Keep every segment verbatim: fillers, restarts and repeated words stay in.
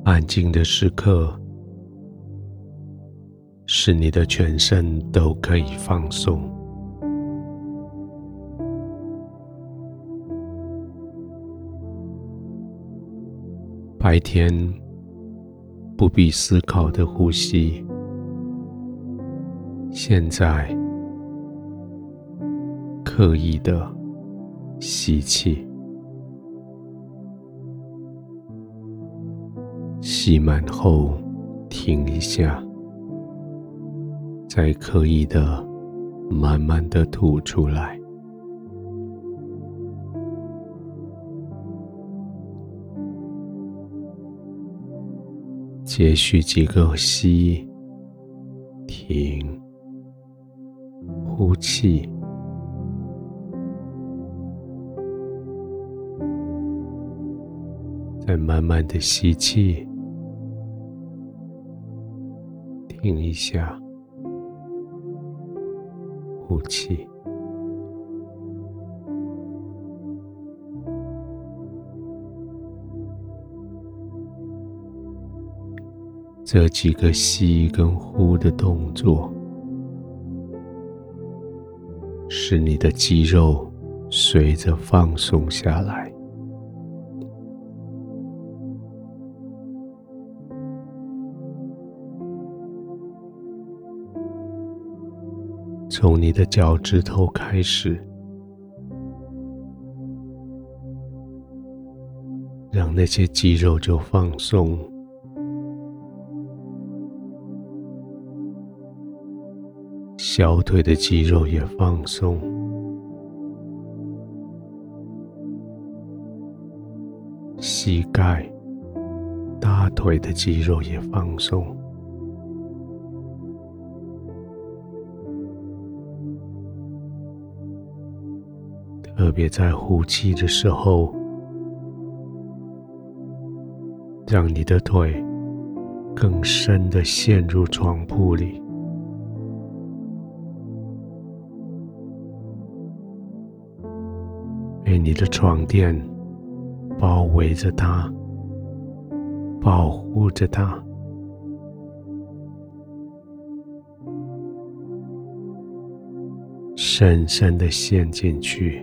安静的时刻，使你的全身都可以放松。白天不必思考的呼吸，现在刻意的吸气，吸满后停一下，再刻意的慢慢的吐出来。接续几个吸，停，呼气，再慢慢的吸气，停一下，呼气。这几个吸跟呼的动作，使你的肌肉随着放松下来。从你的脚趾头开始，让那些肌肉就放松。小腿的肌肉也放松，膝盖、大腿的肌肉也放松。特别在呼气的时候，让你的腿更深地陷入床铺里。被你的床垫包围着它，保护着它。深深地陷进去，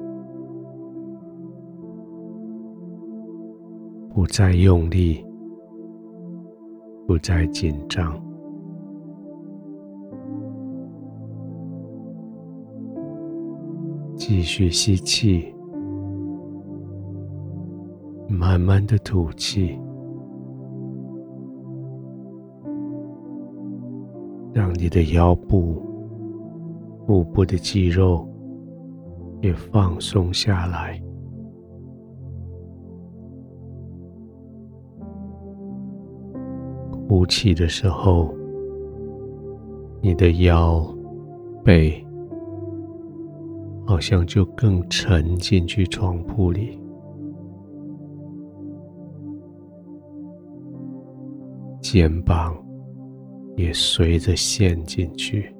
不再用力，不再紧张。继续吸气，慢慢的吐气，让你的腰部、腹部的肌肉也放松下来。呼气的时候，你的腰、背好像就更沉进去床铺里，肩膀也随着陷进去。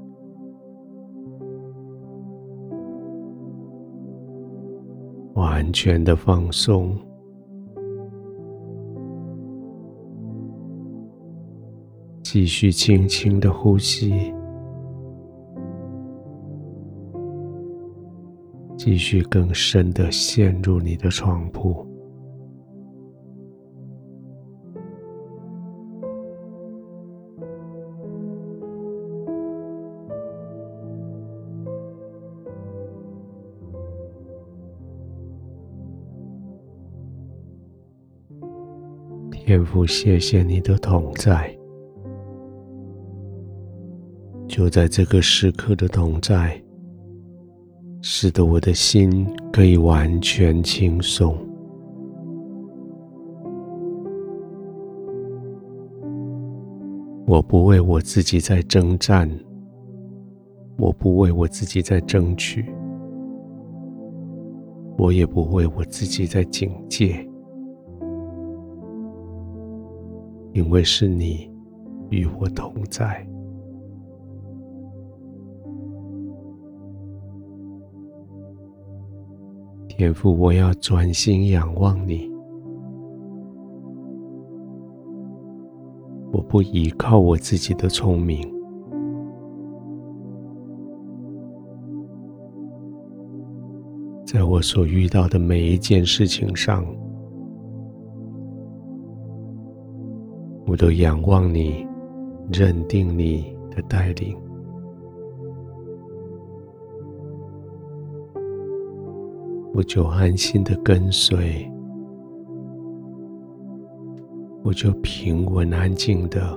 完全的放松，继续轻轻的呼吸，继续更深地陷入你的床铺。天父，谢谢你的同在，就在这个时刻的同在，使得我的心可以完全轻松。我不为我自己在征战，我不为我自己在争取，我也不为我自己在警戒，因为是你与我同在。天父，我要专心仰望你， 不依靠我自己的聪明。在我所遇到的每一件事情上，我都仰望你，认定你的带领。我就安心的跟随，我就平稳安静的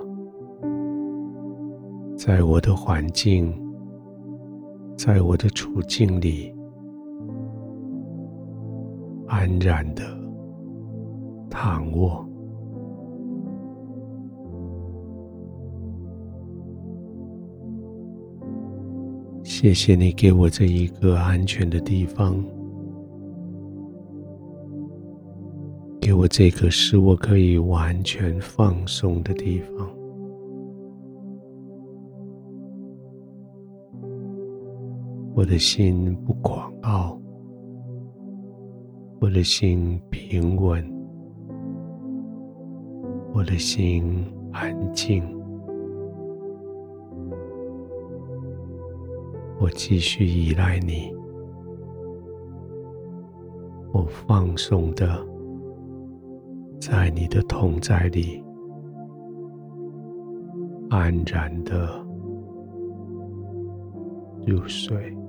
在我的环境，在我的处境里安然的躺卧。谢谢你给我这一个安全的地方，给我这个使我可以完全放松的地方。我的心不狂傲，我的心平稳，我的心安静。我继续依赖你，我放松的在你的同在里安然的入睡。